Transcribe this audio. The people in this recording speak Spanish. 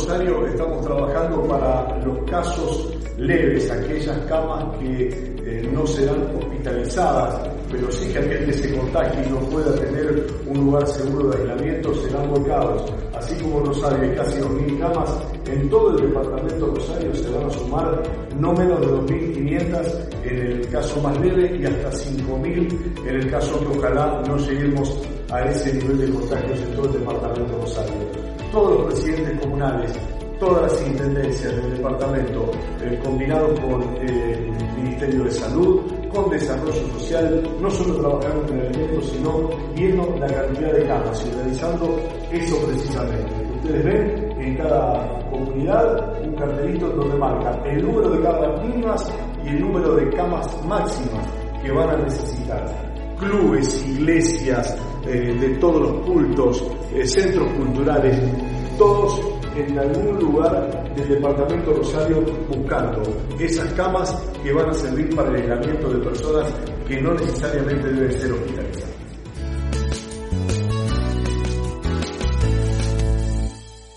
Rosario estamos trabajando para los casos leves, aquellas camas que no serán hospitalizadas, pero sí que aquel que se contagie y no pueda tener un lugar seguro de aislamiento serán volcados. Así como Rosario hay casi 2.000 camas, en todo el departamento de Rosario se van a sumar no menos de 2.500 en el caso más leve y hasta 5.000 en el caso que ojalá no lleguemos a ese nivel de contagios en todo el departamento de Rosario. Todos los presidentes comunales, todas las intendencias del departamento, combinados con el Ministerio de Salud, con Desarrollo Social, no solo trabajando en el alimento, sino viendo la cantidad de camas y realizando eso precisamente. Ustedes ven en cada comunidad un cartelito donde marca el número de camas mínimas y el número de camas máximas que van a necesitar. Clubes, iglesias, de todos los cultos, centros culturales, todos en algún lugar del departamento de Rosario buscando esas camas que van a servir para el aislamiento de personas que no necesariamente deben ser hospitalizadas.